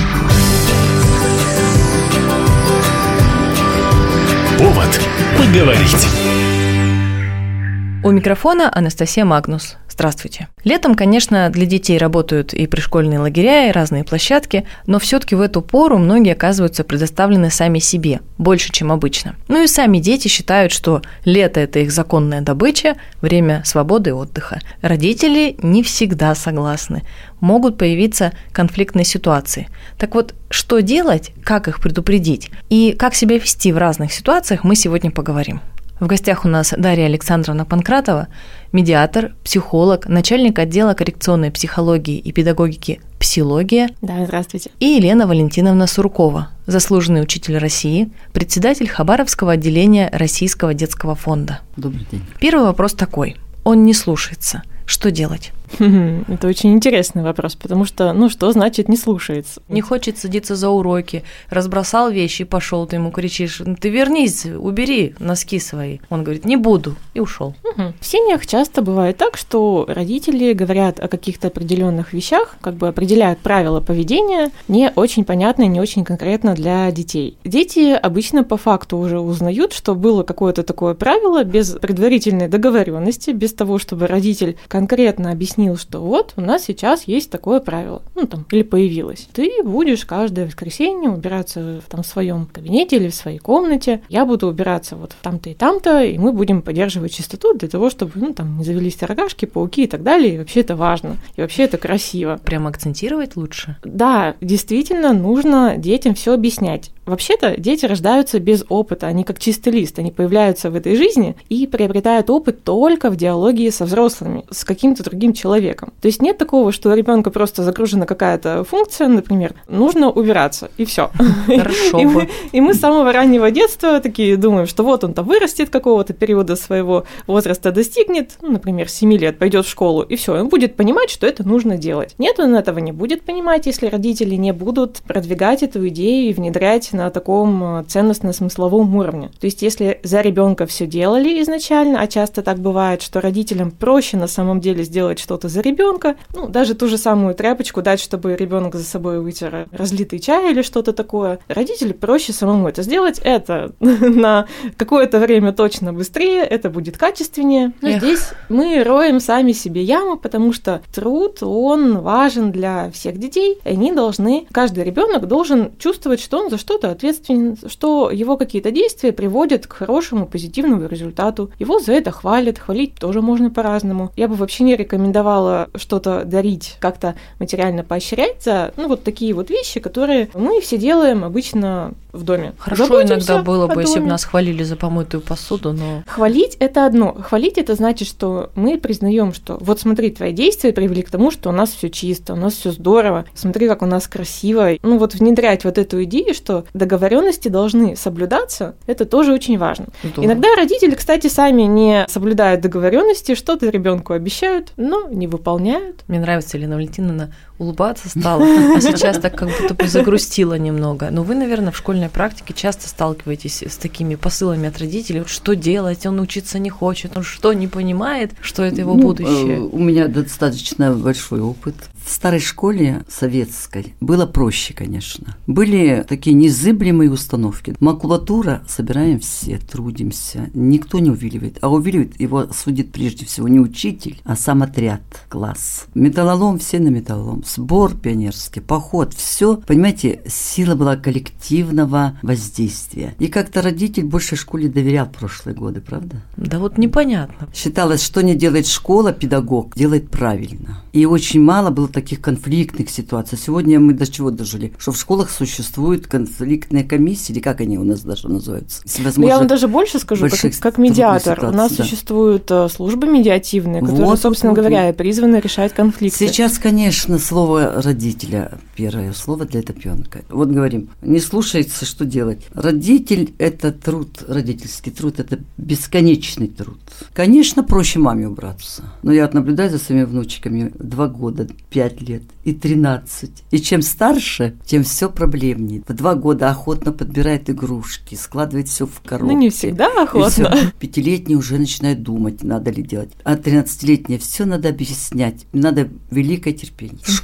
Повод поговорить. У микрофона Анастасия Магнус. Здравствуйте. Летом, конечно, для детей работают и пришкольные лагеря, и разные площадки, но все-таки в эту пору многие оказываются предоставлены сами себе, больше, чем обычно. Ну и сами дети считают, что лето – это их законная добыча, время свободы и отдыха. Родители не всегда согласны. Могут появиться конфликтные ситуации. Так вот, что делать, как их предупредить и как себя вести в разных ситуациях, мы сегодня поговорим. В гостях у нас Дарья Александровна Панкратова, медиатор, психолог, начальник отдела коррекционной психологии и педагогики «Псилогия». Да, здравствуйте. И Елена Валентиновна Суркова, заслуженный учитель России, председатель Хабаровского отделения Российского детского фонда. Добрый день. Первый вопрос такой. Он не слушается. Что делать? Это очень интересный вопрос, потому что, что значит не слушается? Не хочет садиться за уроки, разбросал вещи и пошел, ты ему кричишь: ты вернись, убери носки свои. Он говорит: не буду, и ушел. В семьях часто бывает так, что родители говорят о каких-то определенных вещах, определяют правила поведения, не очень понятно и не очень конкретно для детей. Дети обычно по факту уже узнают, что было какое-то такое правило без предварительной договоренности, без того, чтобы родитель конкретно объяснил, что вот у нас сейчас есть такое правило, или появилось. Ты будешь каждое воскресенье убираться в своем кабинете или в своей комнате. Я буду убираться вот там-то, и мы будем поддерживать чистоту для того, чтобы, не завелись таракашки, пауки и так далее. И вообще это важно. И вообще это красиво. Прям акцентировать лучше? Да, действительно нужно детям все объяснять. Вообще-то дети рождаются без опыта, они как чистый лист, они появляются в этой жизни и приобретают опыт только в диалоге со взрослыми, с каким-то другим человеком. То есть нет такого, что у ребенка просто загружена какая-то функция, например, нужно убираться, и все. Хорошо. И мы с самого раннего детства такие думаем, что вот он там вырастет, какого-то периода своего возраста достигнет, например, 7 лет, пойдет в школу, и все, он будет понимать, что это нужно делать. Нет, он этого не будет понимать, если родители не будут продвигать эту идею и внедрять на таком ценностно-смысловом уровне. То есть, если за ребенка все делали изначально, а часто так бывает, что родителям проще на самом деле сделать что-то за ребенка, даже ту же самую тряпочку дать, чтобы ребенок за собой вытер разлитый чай или что-то такое, родителю проще самому это сделать. Это на какое-то время точно быстрее, это будет качественнее. Но здесь мы роем сами себе яму, потому что труд, он важен для всех детей, и они должны, каждый ребенок должен чувствовать, что он за что-то ответственен, что его какие-то действия приводят к хорошему, позитивному результату. Его за это хвалят, хвалить тоже можно по-разному. Я бы вообще не рекомендовала что-то дарить, как-то материально поощрять за, такие вот вещи, которые мы все делаем обычно в доме. Хорошо иногда было бы, если бы нас хвалили за помытую посуду, но... Хвалить – это одно. Хвалить – это значит, что мы признаем, что вот смотри, твои действия привели к тому, что у нас все чисто, у нас все здорово, смотри, как у нас красиво. Внедрять вот эту идею, что договоренности должны соблюдаться, это тоже очень важно. Здорово. Иногда родители, кстати, сами не соблюдают договоренности, что-то ребенку обещают, но не выполняют. Мне нравится, Елена Валентиновна улыбаться стала, а сейчас так как будто бы загрустила немного. Но вы, наверное, в школьной практике часто сталкиваетесь с такими посылами от родителей: что делать, он учиться не хочет, он что, не понимает, что это его будущее? У меня достаточно большой опыт. В старой школе советской было проще, конечно. Были такие незыблемые установки. Макулатура собираем все, трудимся. Никто не увиливает. А увиливает его судит прежде всего не учитель, а сам отряд, класс. Металлолом, все на металлолом. Сбор пионерский, поход, все. Понимаете, сила была коллективного воздействия. И как-то родитель больше школе доверял прошлые годы, правда? Да вот непонятно. Считалось, что не делает школа, педагог делает правильно. И очень мало было таких конфликтных ситуаций. Сегодня мы до чего дожили? Что в школах существуют конфликтные комиссии, или как они у нас даже называются? Я вам даже больше скажу, как медиатор. У нас существуют службы медиативные, которые, собственно говоря, призваны решать конфликты. Сейчас, конечно, слово родителя, первое слово для ребенка. Вот говорим, не слушается, что делать. Родитель – это труд, родительский труд – это бесконечный труд. Конечно, проще маме убраться. Но я наблюдаю за своими внучками 2 года, 5 лет и 13. И чем старше, тем все проблемнее. В 2 года охотно подбирает игрушки, складывает все в коробки. Не всегда охотно. 5-летний уже начинает думать, надо ли делать. А 13-летний все надо объяснять. Надо великое терпение. В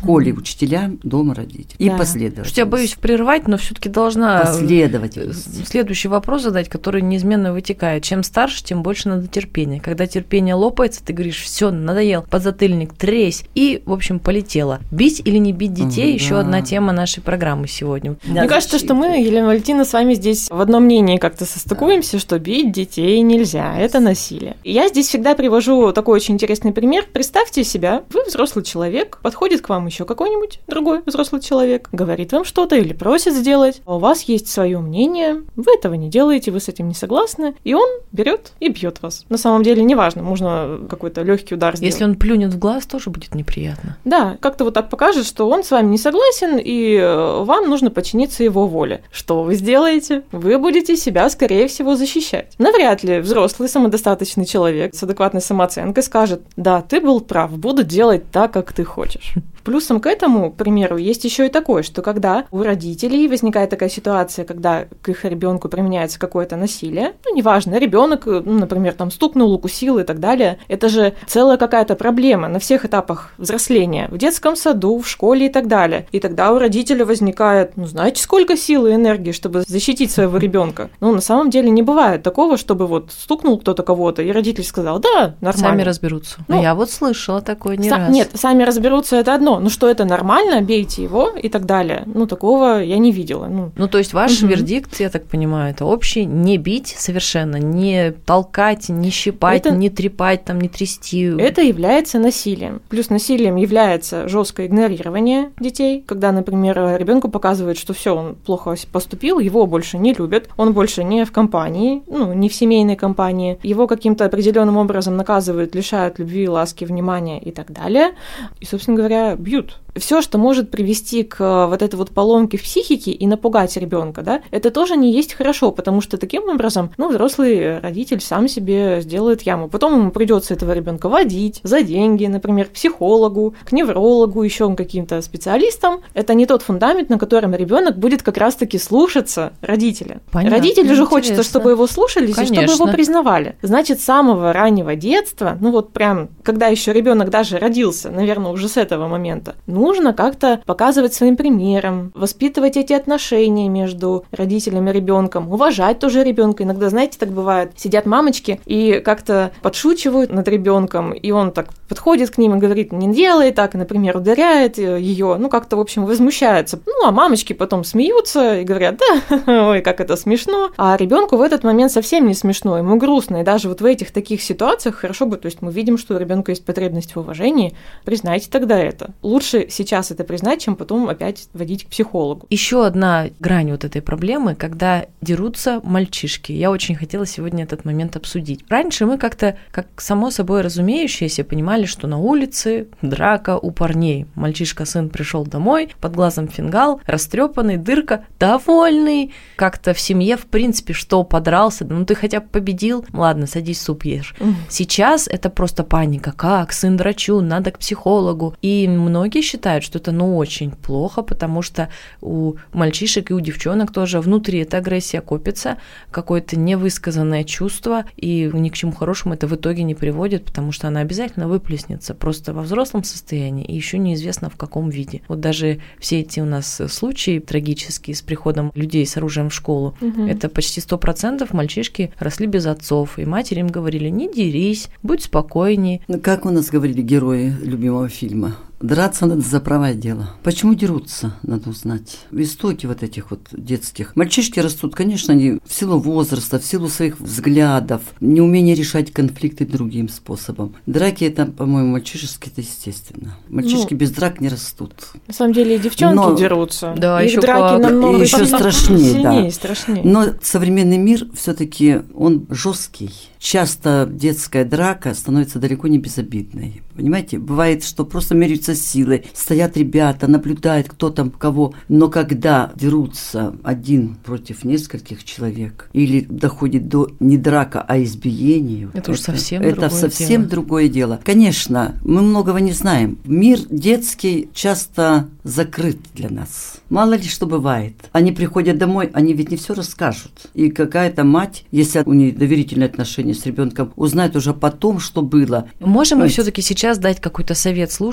школе учителям, дома родителям. И последовательность. Я боюсь прервать, но все-таки должна последовательность. Следующий вопрос задать, который неизменно вытекает. Чем старше, тем больше надо терпения. Когда терпение лопается, ты говоришь, все, надоел, подзатыльник, тресь, и, в общем, полетело. Бить или не бить детей – еще одна тема нашей программы сегодня. Мне кажется, что мы, Елена Валентиновна, с вами здесь в одном мнении как-то состыкуемся, что бить детей нельзя, это насилие. Я здесь всегда привожу такой очень интересный пример. Представьте себя, вы взрослый человек, подходит к вам еще какой-нибудь другой взрослый человек, говорит вам что-то или просит сделать, а у вас есть свое мнение, вы этого не делаете, вы с этим не согласны, и он берет и бьет вас. На самом деле неважно, можно какой-то легкий удар сделать. Если он плюнет в глаз, тоже будет неприятно. Да, как-то вот так покажет, что он с вами не согласен, и вам нужно подчиниться его воле. Что вы сделаете? Вы будете себя, скорее всего, защищать. Навряд ли взрослый, самодостаточный человек с адекватной самооценкой скажет: да, ты был прав, буду делать так, как ты хочешь. Плюсом к этому, к примеру, есть еще и такое, что когда у родителей возникает такая ситуация, когда к их ребенку применяется какое-то насилие, неважно, ребенок, например, там стукнул, укусил и так далее, это же целая какая-то проблема на всех этапах взросления, в детском саду, в школе и так далее. И тогда у родителя возникает, знаете, сколько сил и энергии, чтобы защитить своего ребенка. На самом деле не бывает такого, чтобы вот стукнул кто-то кого-то, и родитель сказал: да, нормально. Сами разберутся. Я вот слышала такое не раз. Нет, сами разберутся — это одно. Что это нормально, бейте его и так далее. Такого я не видела. То есть ваш вердикт, я так понимаю, это общий: не бить совершенно, не толкать, не щипать, не трепать, не трясти. Это является насилием. Плюс насилием является жесткое игнорирование детей, когда, например, ребенку показывают, что все, он плохо поступил, его больше не любят, он больше не в компании, не в семейной компании, его каким-то определенным образом наказывают, лишают любви, ласки, внимания и так далее. И, собственно говоря, бьют. Все, что может привести к вот этой вот поломке в психике и напугать ребенка, да, это тоже не есть хорошо, потому что таким образом, взрослый родитель сам себе сделает яму. Потом ему придется этого ребенка водить за деньги, например, к психологу, к неврологу, еще каким-то специалистам. Это не тот фундамент, на котором ребенок будет как раз-таки слушаться родителя. Понятно, Родителю же хочется, чтобы его слушались, конечно, и чтобы его признавали. Значит, с самого раннего детства, прям, когда еще ребенок даже родился, наверное, уже с этого момента, нужно как-то показывать своим примером, воспитывать эти отношения между родителем и ребенком, уважать тоже ребенка. Иногда, знаете, так бывает, сидят мамочки и как-то подшучивают над ребенком, и он так подходит к ним и говорит: не делай так, и, например, ударяет ее, как-то, в общем, возмущается. А мамочки потом смеются и говорят: да, ой, как это смешно. А ребенку в этот момент совсем не смешно, ему грустно. И даже вот в этих таких ситуациях хорошо бы, то есть мы видим, что у ребенка есть потребность в уважении, признайте тогда это. Лучше сейчас это признать, чем потом опять водить к психологу. Еще одна грань вот этой проблемы, когда дерутся мальчишки. Я очень хотела сегодня этот момент обсудить. Раньше мы как-то, как само собой разумеющееся, понимали, что на улице драка у парней. Мальчишка-сын пришел домой, под глазом фингал, растрепанный, дырка, довольный. Как-то в семье, в принципе, что подрался, ты хотя бы победил, ладно, садись, суп ешь. Сейчас это просто паника. Как? Сын драчун, надо к психологу. И многие считают, что это очень плохо, потому что у мальчишек и у девчонок тоже внутри эта агрессия копится, какое-то невысказанное чувство, и ни к чему хорошему это в итоге не приводит, потому что она обязательно выплеснется просто во взрослом состоянии, и еще неизвестно в каком виде. Вот даже все эти у нас случаи трагические с приходом людей с оружием в школу, это почти 100% мальчишки росли без отцов, и матери им говорили: не дерись, будь спокойней. Как у нас говорили герои любимого фильма: драться надо за правое дело. Почему дерутся, надо узнать. Истоки вот этих вот детских. Мальчишки растут, конечно, они в силу возраста, в силу своих взглядов, неумения решать конфликты другим способом. Драки — это, по-моему, мальчишеские, это естественно. Мальчишки без драк не растут. На самом деле и девчонки дерутся. Да, их драки намного еще страшнее, страшнее. Но современный мир все-таки он жесткий. Часто детская драка становится далеко не безобидной. Понимаете, бывает, что просто меряются силой, стоят ребята, наблюдают, кто там кого, но когда дерутся один против нескольких человек или доходит до не драка, а избиения, это уж совсем другое дело. Конечно, мы многого не знаем. Мир детский часто закрыт для нас. Мало ли что бывает. Они приходят домой, они ведь не все расскажут. И какая-то мать, если у нее доверительные отношения с ребенком, узнает уже потом, что было. Можем мы все-таки сейчас дать какой-то совет слушателям,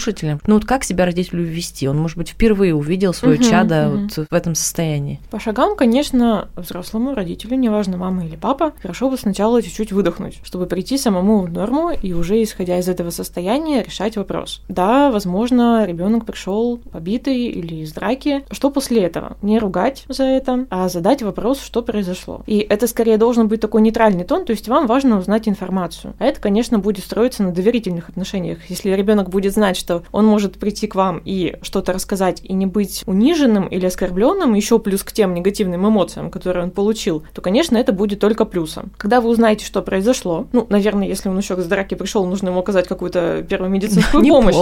Ну вот как себя родителю ввести? Он, может быть, впервые увидел свое чадо вот в этом состоянии. По шагам, конечно, взрослому родителю, неважно, мама или папа, хорошо бы сначала чуть-чуть выдохнуть, чтобы прийти самому в норму и уже исходя из этого состояния решать вопрос. Да, возможно, ребенок пришел побитый или из драки. Что после этого? Не ругать за это, а задать вопрос, что произошло. И это скорее должен быть такой нейтральный тон, то есть вам важно узнать информацию. А это, конечно, будет строиться на доверительных отношениях. Если ребенок будет знать, что он может прийти к вам и что-то рассказать, и не быть униженным или оскорбленным, еще плюс к тем негативным эмоциям, которые он получил, то, конечно, это будет только плюсом. Когда вы узнаете, что произошло, ну, наверное, если он еще с драки пришел, нужно ему оказать какую-то первую медицинскую помощь.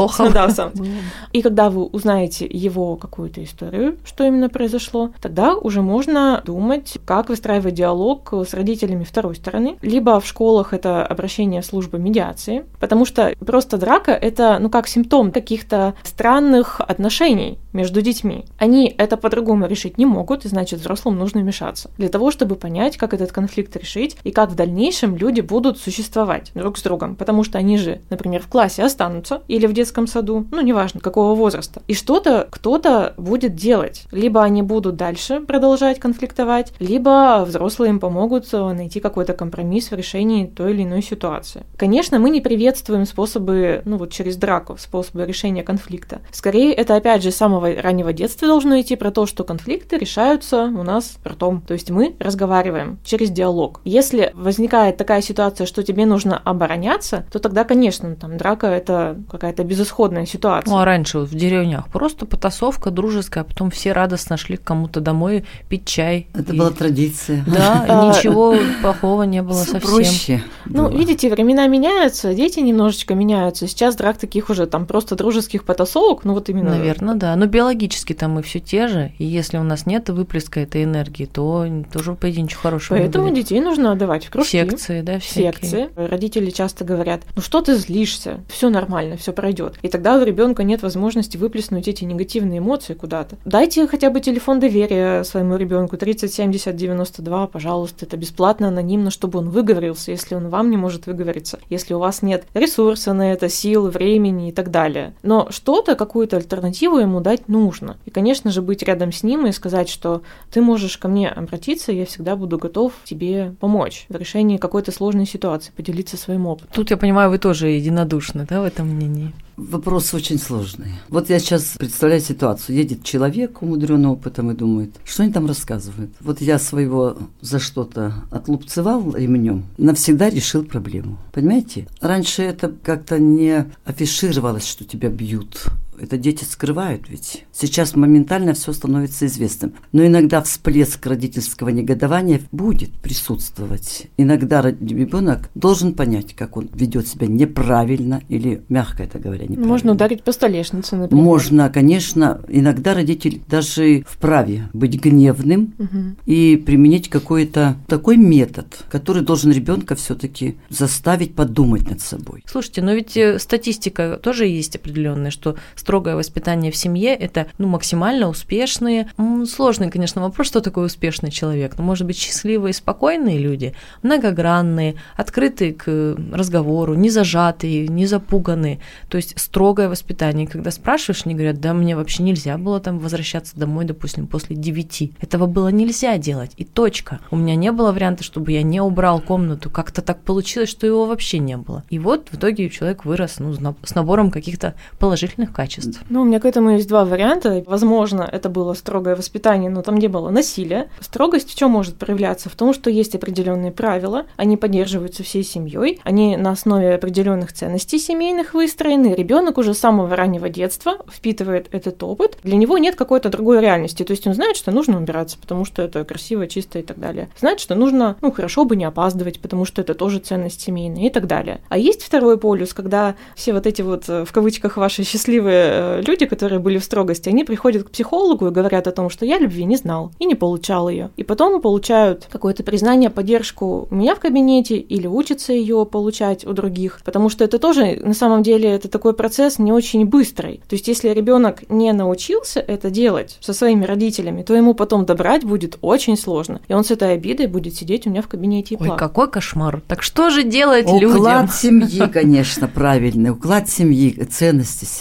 И когда вы узнаете его какую-то историю, что именно произошло, тогда уже можно думать, как выстраивать диалог с родителями второй стороны. Либо в школах это обращение в службу медиации, потому что просто драка — это, ну, как симптом каких-то странных отношений между детьми. Они это по-другому решить не могут, и значит, взрослым нужно вмешаться. Для того, чтобы понять, как этот конфликт решить, и как в дальнейшем люди будут существовать друг с другом. Потому что они же, например, в классе останутся, или в детском саду, ну, неважно, какого возраста. И что-то кто-то будет делать. Либо они будут дальше продолжать конфликтовать, либо взрослые им помогут найти какой-то компромисс в решении той или иной ситуации. Конечно, мы не приветствуем способы, ну, вот через драку, способы решения конфликта. Скорее, это, опять же, с самого раннего детства должно идти про то, что конфликты решаются у нас ртом. То есть мы разговариваем через диалог. Если возникает такая ситуация, что тебе нужно обороняться, то тогда, конечно, там драка — это какая-то безысходная ситуация. Ну, а раньше вот в деревнях просто потасовка дружеская, а потом все радостно шли к кому-то домой пить чай. Это была традиция. Да, ничего плохого не было совсем. Проще. Ну, видите, времена меняются, дети немножечко меняются. Сейчас драк таких уже там просто дружеских потасовок, ну вот именно. Наверное, да. Но биологически-то мы все те же, и если у нас нет выплеска этой энергии, то тоже, по идее, ничего хорошего не будет. Поэтому детей нужно отдавать в кружки. Секции, да, всякие. Секции. Родители часто говорят: ну что ты злишься, все нормально, все пройдет. И тогда у ребенка нет возможности выплеснуть эти негативные эмоции куда-то. Дайте хотя бы телефон доверия своему ребенку 30 70 92, пожалуйста, это бесплатно, анонимно, чтобы он выговорился, если он вам не может выговориться, если у вас нет ресурса на это, сил, времени и так далее. Но что-то, какую-то альтернативу ему дать нужно. И, конечно же, быть рядом с ним и сказать, что ты можешь ко мне обратиться, я всегда буду готов тебе помочь в решении какой-то сложной ситуации, поделиться своим опытом. Тут, я понимаю, вы тоже единодушны, да, в этом мнении? Вопрос очень сложный. Вот я сейчас представляю ситуацию. Едет человек, умудренный опытом, и думает, что они там рассказывают. Вот я своего за что-то отлупцевал ремнем, навсегда решил проблему. Понимаете? Раньше это как-то не афишировалось, что тебя бьют. Это дети скрывают ведь. Сейчас моментально все становится известным. Но иногда всплеск родительского негодования будет присутствовать. Иногда ребенок должен понять, как он ведет себя неправильно или, мягко это говоря, неправильно. Можно ударить по столешнице, например. Можно, конечно. Иногда родитель даже вправе быть гневным и применить какой-то такой метод, который должен ребенка все-таки заставить подумать над собой. Слушайте, но ведь статистика тоже есть определенная, что строгое воспитание в семье – это максимально успешные. Сложный, конечно, вопрос, что такое успешный человек. Но, может быть, счастливые и спокойные люди, многогранные, открытые к разговору, не зажатые, не запуганные. То есть строгое воспитание. Когда спрашиваешь, они говорят: да, мне вообще нельзя было там возвращаться домой, допустим, после 9. Этого было нельзя делать, и точка. У меня не было варианта, чтобы я не убрал комнату. Как-то так получилось, что его вообще не было. И вот в итоге человек вырос с набором каких-то положительных качеств. Ну, у меня к этому есть два варианта. Возможно, это было строгое воспитание, но там не было насилия. Строгость в чем может проявляться? В том, что есть определенные правила, они поддерживаются всей семьей, они на основе определенных ценностей семейных выстроены. Ребенок уже с самого раннего детства впитывает этот опыт. Для него нет какой-то другой реальности. То есть он знает, что нужно убираться, потому что это красиво, чисто и так далее. Знает, что нужно, хорошо бы не опаздывать, потому что это тоже ценность семейная и так далее. А есть второй полюс, когда все вот эти вот, в кавычках, ваши счастливые люди, которые были в строгости, они приходят к психологу и говорят о том, что я любви не знал и не получал ее. И потом получают какое-то признание, поддержку у меня в кабинете или учатся ее получать у других. Потому что это тоже, на самом деле, это такой процесс не очень быстрый. То есть, если ребенок не научился это делать со своими родителями, то ему потом добрать будет очень сложно. И он с этой обидой будет сидеть у меня в кабинете и плакать. Ой, какой кошмар. Так что же делать людям? Уклад семьи, конечно, правильный. Уклад семьи, ценности семьи.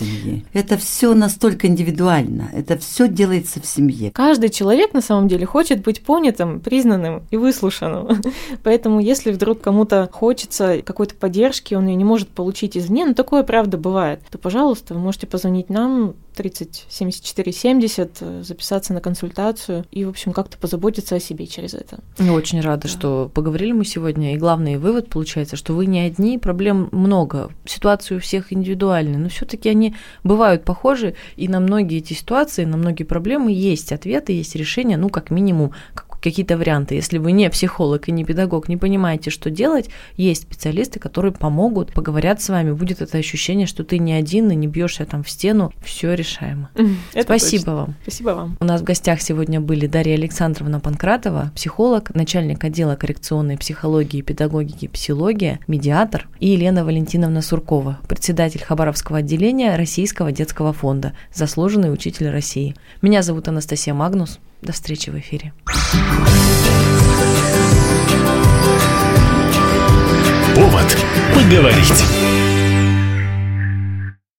Это все настолько индивидуально, это все делается в семье. Каждый человек на самом деле хочет быть понятым, признанным и выслушанным. Поэтому если вдруг кому-то хочется какой-то поддержки, он ее не может получить извне, но такое правда бывает, то, пожалуйста, вы можете позвонить нам 30 74 70, записаться на консультацию и, в общем, как-то позаботиться о себе через это. Я очень рада, что поговорили мы сегодня, и главный вывод получается, что вы не одни, проблем много, ситуации у всех индивидуальные, но все-таки они бывают похожи, и на многие эти ситуации, на многие проблемы есть ответы, есть решения, ну, как минимум, какие-то варианты. Если вы не психолог и не педагог, не понимаете, что делать, есть специалисты, которые помогут, поговорят с вами, будет это ощущение, что ты не один и не бьешься там в стену, все решаемо. Спасибо вам. Спасибо вам. У нас в гостях сегодня были Дарья Александровна Панкратова, психолог, начальник отдела коррекционной психологии и педагогики «Псилогия», медиатор, и Елена Валентиновна Суркова, председатель Хабаровского отделения Российского детского фонда, заслуженный учитель России. Меня зовут Анастасия Магнус. До встречи в эфире. Повод поговорить.